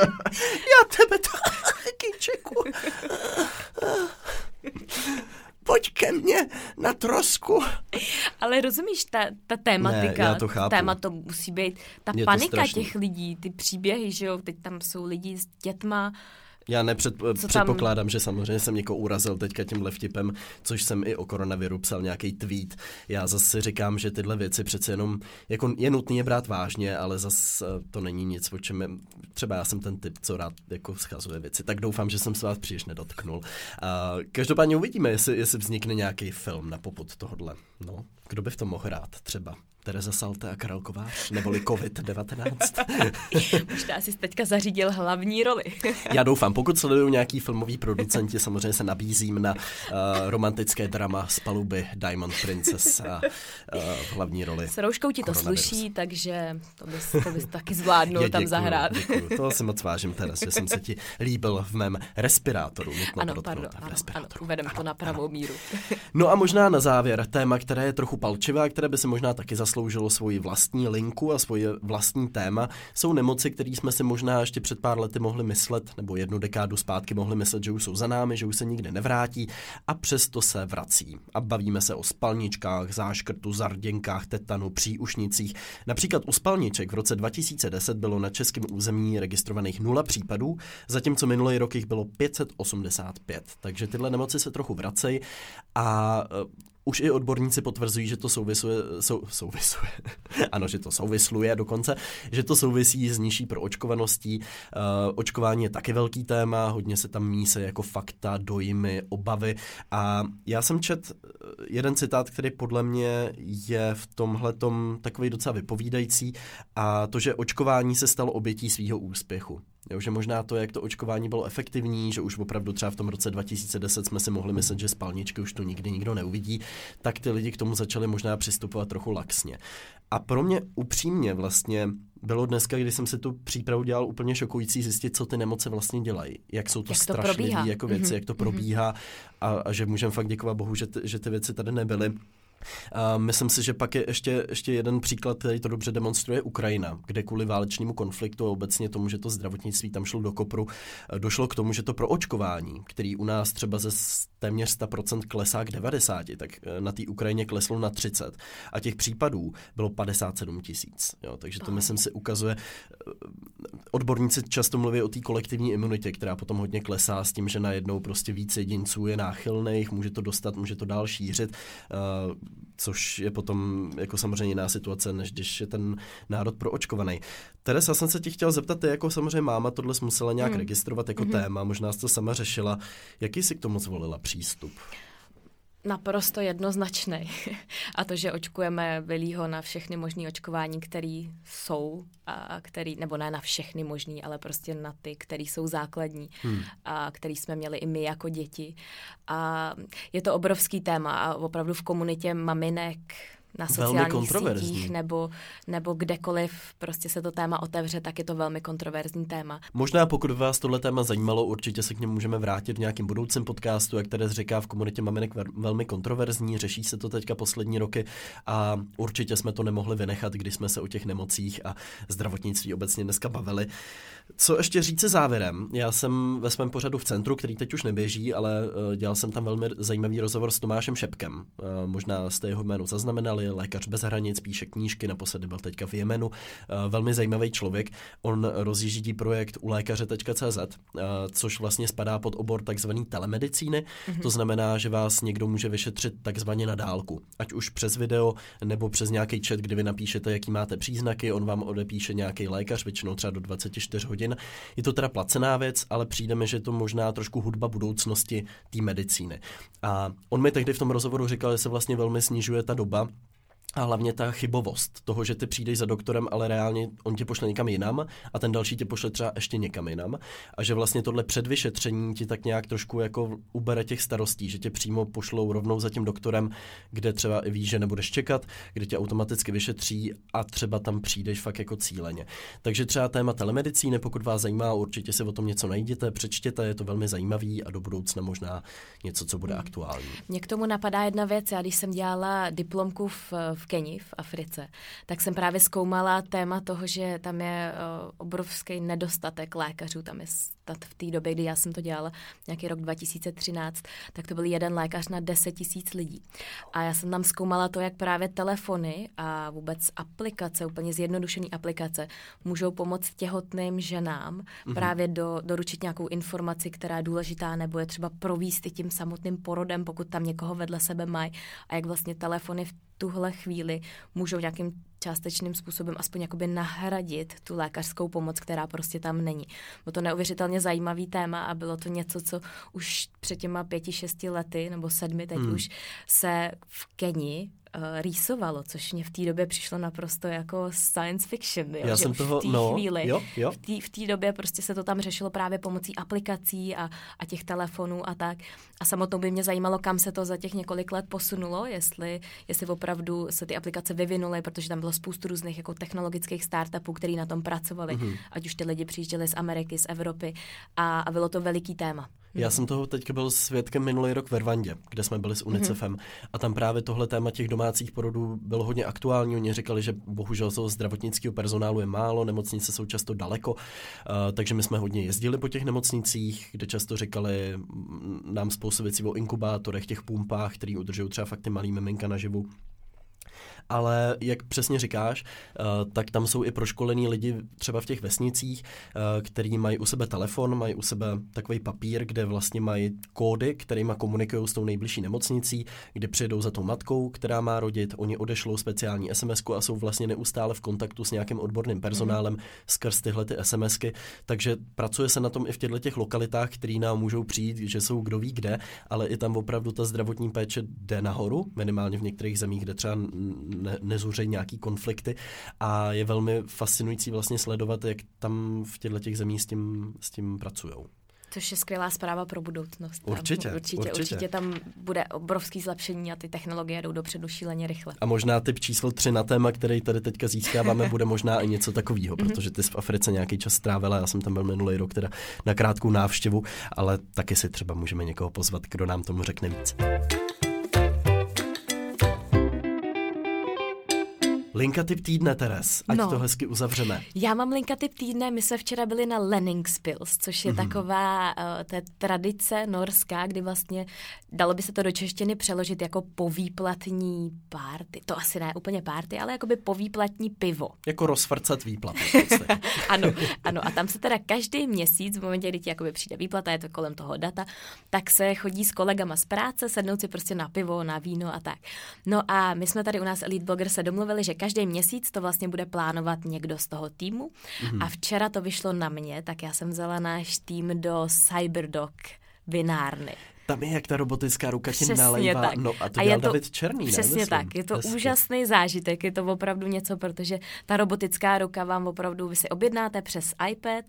Já tebe kyčeku. Pojď ke mně na trosku. Ale rozumíš, ta tématika, ne, já to chápu. Téma to musí být, ta panika těch lidí, ty příběhy, že jo, teď tam jsou lidi s dětma, Já předpokládám, že samozřejmě jsem někoho urazil teďka tímhle vtipem, což jsem i o koronaviru psal nějaký tweet. Já zase říkám, že tyhle věci přece jenom jako je nutné je brát vážně, ale zase to není nic, o čem třeba já jsem ten typ, co rád jako schazuje věci. Tak doufám, že jsem se vás příliš nedotknul. Každopádně uvidíme, jestli vznikne nějaký film na popud tohodle. No, kdo by v tom mohl hrát třeba? Tereza Salte a Karel Kovář, neboli COVID-19. Možná jsi teďka zařídil hlavní roli. Já doufám, pokud sledují nějaký filmoví producenti, samozřejmě se nabízím na romantické drama z paluby Diamond Princess a v hlavní roli. S rouškou ti to sluší, takže to bys taky zvládnul tam zahrát. Děkuju, toho si moc vážím, Teres, že jsem se ti líbil v mém respirátoru. Ano, uvedeme to na pravou míru. No a možná na závěr téma, které je trochu palčivé, které by si možná taky zasloužilo svoji vlastní linku a svoje vlastní téma, jsou nemoci, které jsme si možná ještě před pár lety mohli myslet, nebo 1 dekádu zpátky mohli myslet, že už jsou za námi, že už se nikdy nevrátí a přesto se vrací. A bavíme se o spalničkách, záškrtu, zarděnkách, tetanu, příušnicích. Například u spalniček v roce 2010 bylo na českém území registrovaných 0 případů, zatímco minulý rok jich bylo 585. Takže tyhle nemoci se trochu vracejí a už i odborníci potvrzují, že to souvisluje. Ano, že to souvisluje dokonce, že to souvisí s nižší proočkovaností. Očkování je taky velký téma, hodně se tam míse jako fakta, dojmy, obavy. A já jsem čet jeden citát, který podle mě je v tomhletom takový docela vypovídající, a to, že očkování se stalo obětí svýho úspěchu. Jo, že možná to, jak to očkování bylo efektivní, že už opravdu třeba v tom roce 2010 jsme si mohli myslet, že spalničky už to nikdy nikdo neuvidí, tak ty lidi k tomu začali možná přistupovat trochu laxně. A pro mě upřímně vlastně bylo dneska, když jsem si tu přípravu dělal, úplně šokující zjistit, co ty nemoci vlastně dělají. Jak jsou to strašlivé jako věci, jak to probíhá a že můžeme fakt děkovat Bohu, že ty věci tady nebyly. Myslím si, že pak je ještě jeden příklad, který to dobře demonstruje, Ukrajina, kde kvůli válečnému konfliktu a obecně tomu, že to zdravotnictví tam šlo do kopru, došlo k tomu, že to proočkování, který u nás třeba ze téměř 100% klesá k 90%, tak na té Ukrajině kleslo na 30%. A těch případů bylo 57 000. Takže to myslím si ukazuje, odborníci často mluví o té kolektivní imunitě, která potom hodně klesá s tím, že najednou prostě víc jedinců je náchylných, může to dostat, může to dál šířit, což je potom jako samozřejmě jiná situace, než když je ten národ proočkovaný. Teres, já jsem se ti chtěl zeptat, ty jako samozřejmě máma tohle jsi musela nějak registrovat jako téma, možná jsi to sama řešila. Jaký jsi k tomu zvolila přístup? Naprosto jednoznačný. A to, že očkujeme Vilího na všechny možný očkování, které jsou, a který, nebo ne na všechny možný, ale prostě na ty, které jsou základní a který jsme měli i my jako děti. A je to obrovský téma a opravdu v komunitě maminek na sociálních sítích nebo kdekoliv prostě se to téma otevře, tak je to velmi kontroverzní téma. Možná pokud vás tohle téma zajímalo, určitě se k němu můžeme vrátit v nějakém budoucím podcastu, jak Teres říká, v komunitě maminek velmi kontroverzní, řeší se to teďka poslední roky a určitě jsme to nemohli vynechat, když jsme se o těch nemocích a zdravotnictví obecně dneska bavili. Co ještě říci závěrem? Já jsem ve svém pořadu v Centru, který teď už neběží, ale dělal jsem tam velmi zajímavý rozhovor s Tomášem Šepkem. Možná jste jeho jméno zaznamenali, lékař bez hranic, píše knížky, naposledy byl teďka v Jemenu. Velmi zajímavý člověk. On rozjíždí projekt u lékaře.cz, což vlastně spadá pod obor takzvaný telemedicíny. To znamená, že vás někdo může vyšetřit takzvaně na dálku. Ať už přes video nebo přes nějaký chat, kdy vy napíšete, jaký máte příznaky, on vám odepíše nějaký lékař, většinou třeba do 24 hodin. Je to teda placená věc, ale přijde mi, že je to možná trošku hudba budoucnosti té medicíny. A on mi tehdy v tom rozhovoru říkal, že se vlastně velmi snižuje ta doba, a hlavně ta chybovost toho, že ty přijdeš za doktorem, ale reálně on tě pošle někam jinam a ten další tě pošle třeba ještě někam jinam. A že vlastně tohle předvyšetření ti tak nějak trošku jako ubere těch starostí, že tě přímo pošlou rovnou za tím doktorem, kde třeba i víš, že nebudeš čekat, kde tě automaticky vyšetří a třeba tam přijdeš fakt jako cíleně. Takže třeba téma telemedicíny, pokud vás zajímá, určitě si o tom něco najděte, přečtěte, je to velmi zajímavý a do budoucna možná něco, co bude aktuální. Mně k tomu napadá jedna věc, já když jsem dělala diplomku v v Keni, v Africe, tak jsem právě zkoumala téma toho, že tam je obrovský nedostatek lékařů. Tam je v té době, kdy já jsem to dělala, nějaký rok 2013, tak to byl jeden lékař na 10 000 lidí. A já jsem tam zkoumala to, jak právě telefony a vůbec aplikace, úplně zjednodušené aplikace, můžou pomoct těhotným ženám právě doručit nějakou informaci, která je důležitá, nebo je třeba provést i tím samotným porodem, pokud tam někoho vedle sebe mají. A jak vlastně telefony v tuhle chvíli můžou nějakým částečným způsobem aspoň jakoby nahradit tu lékařskou pomoc, která prostě tam není. Bylo to neuvěřitelně zajímavý téma a bylo to něco, co už před těma 5-6 lety, nebo 7 teď už se v Keni rýsovalo, což mě v té době přišlo naprosto jako science fiction. Jo? Já jsem toho, chvíli, v té době prostě se to tam řešilo právě pomocí aplikací a těch telefonů a tak. A samotnou by mě zajímalo, kam se to za těch několik let posunulo, jestli opravdu se ty aplikace vyvinuly, protože tam bylo spoustu různých jako technologických startupů, který na tom pracovali. Ať už ty lidi přijížděli z Ameriky, z Evropy a bylo to veliký téma. Já jsem toho teďka byl svědkem minulý rok ve Rwandě, kde jsme byli s UNICEFem a tam právě tohle téma těch domácích porodů bylo hodně aktuální. Oni říkali, že bohužel toho zdravotnického personálu je málo, nemocnice jsou často daleko, takže my jsme hodně jezdili po těch nemocnicích, kde často říkali nám spoustu věcí o inkubátorech, těch pumpách, který udržují třeba fakt ty malý miminka naživu. Ale jak přesně říkáš, tak tam jsou i proškolení lidi třeba v těch vesnicích, který mají u sebe telefon, mají u sebe takový papír, kde vlastně mají kódy, kterýma komunikují s tou nejbližší nemocnicí, kde přijedou za tou matkou, která má rodit, oni odešlou speciální SMS-ku a jsou vlastně neustále v kontaktu s nějakým odborným personálem skrz tyhle ty SMSky, takže pracuje se na tom i v těchto lokalitách, které nám můžou přijít, že jsou kdo ví kde, ale i tam opravdu ta zdravotní péče jde nahoru, minimálně v některých zemích, kde třeba nezuřejí nějaký konflikty a je velmi fascinující vlastně sledovat, jak tam v těchto zemích s tím pracujou. Což je skvělá zpráva pro budoucnost. Určitě tam bude obrovský zlepšení a ty technologie jdou dopředu šíleně rychle. A možná typ číslo 3 na téma, který tady teďka získáváme, bude možná i něco takového, protože ty jsi v Africe nějaký čas strávila, já jsem tam byl minulý rok teda na krátkou návštěvu, ale taky si třeba můžeme někoho pozvat, kdo nám tomu řekne víc. Linka tip týdne, Teres, ať to hezky uzavřeme. Já mám linka tip týdne, my jsme včera byli na Lenningspils, což je taková tradice norská, kdy vlastně dalo by se to do češtiny přeložit jako povýplatní party. To asi ne úplně party, ale jakoby povýplatní pivo. Jako rozfrcat výplaty. ano. A tam se teda každý měsíc, v momentě, kdy ti jakoby přijde výplata, je to kolem toho data, tak se chodí s kolegama z práce, sednout si prostě na pivo, na víno a tak. No a my jsme tady u nás Elite Blogger se domluvili, že každý měsíc to vlastně bude plánovat někdo z toho týmu. A včera to vyšlo na mě, tak já jsem vzala náš tým do Cyberdog vinárny. Tam je jak ta robotická ruka ti nalejvá. Tak. No a to dělal David Černý, Přesně tak. Je to hezky. úžasný zážitek, je to opravdu něco, protože ta robotická ruka vám opravdu, vy si objednáte přes iPad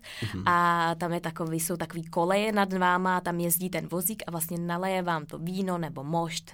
a tam jsou takový koleje nad váma, tam jezdí ten vozík a vlastně naleje vám to víno nebo mošt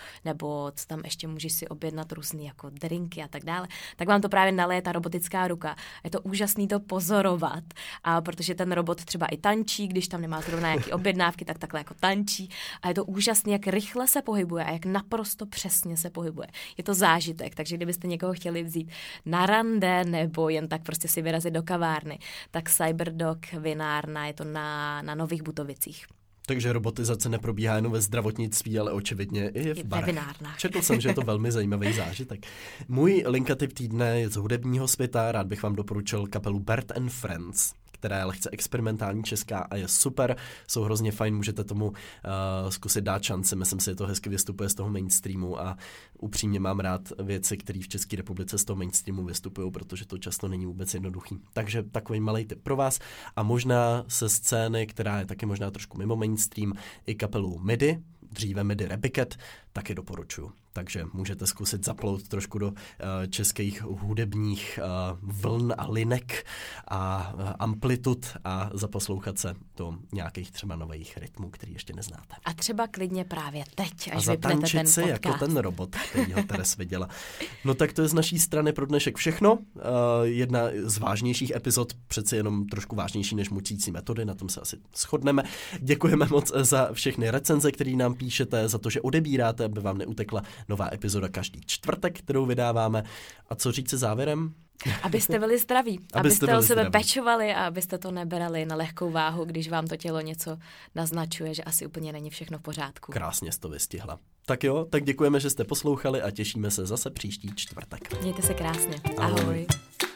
nebo co tam ještě můžeš si objednat různý jako drinky a tak dále. Tak vám to právě naleje ta robotická ruka. Je to úžasný to pozorovat, a protože ten robot třeba i tančí, když tam nemá zrovna nějaký objednávky, tak takhle jako tančí. A je to úžasné, jak rychle se pohybuje a jak naprosto přesně se pohybuje. Je to zážitek, takže kdybyste někoho chtěli vzít na rande nebo jen tak prostě si vyrazit do kavárny, tak Cyberdog vinárna je to na Nových Butovicích. Takže robotizace neprobíhá jen ve zdravotnictví, ale očividně i v barech. Četl jsem, že je to velmi zajímavý zážitek. Můj linka tip týdne je z hudebního světa, rád bych vám doporučil kapelu Bert and Friends, která je lehce experimentální česká a je super, jsou hrozně fajn, můžete tomu zkusit dát šanci, myslím si, že to hezky vystupuje z toho mainstreamu a upřímně mám rád věci, které v České republice z toho mainstreamu vystupují, protože to často není vůbec jednoduchý. Takže takový malý tip pro vás a možná se scény, která je taky možná trošku mimo mainstream, i kapelu MIDI, dříve MIDI Repiket, taky doporučuju. Takže můžete zkusit zaplout trošku do českých hudebních vln a linek a amplitud a zaposlouchat se do nějakých třeba nových rytmů, který ještě neznáte. A třeba klidně právě teď, až vypnete ten podcast. A zatančit si jako ten robot, který ho Teres viděla. No tak to je z naší strany pro dnešek všechno. Jedna z vážnějších epizod, přeci jenom trošku vážnější než mučící metody, na tom se asi shodneme. Děkujeme moc za všechny recenze, které nám píšete, za to, že odebíráte posloucháte, aby vám neutekla nová epizoda každý čtvrtek, kterou vydáváme. A co říct se závěrem? Abyste byli zdraví, abyste o sebe pečovali a abyste to neberali na lehkou váhu, když vám to tělo něco naznačuje, že asi úplně není všechno v pořádku. Krásně jsi to vystihla. Tak jo, tak děkujeme, že jste poslouchali a těšíme se zase příští čtvrtek. Mějte se krásně. Ahoj.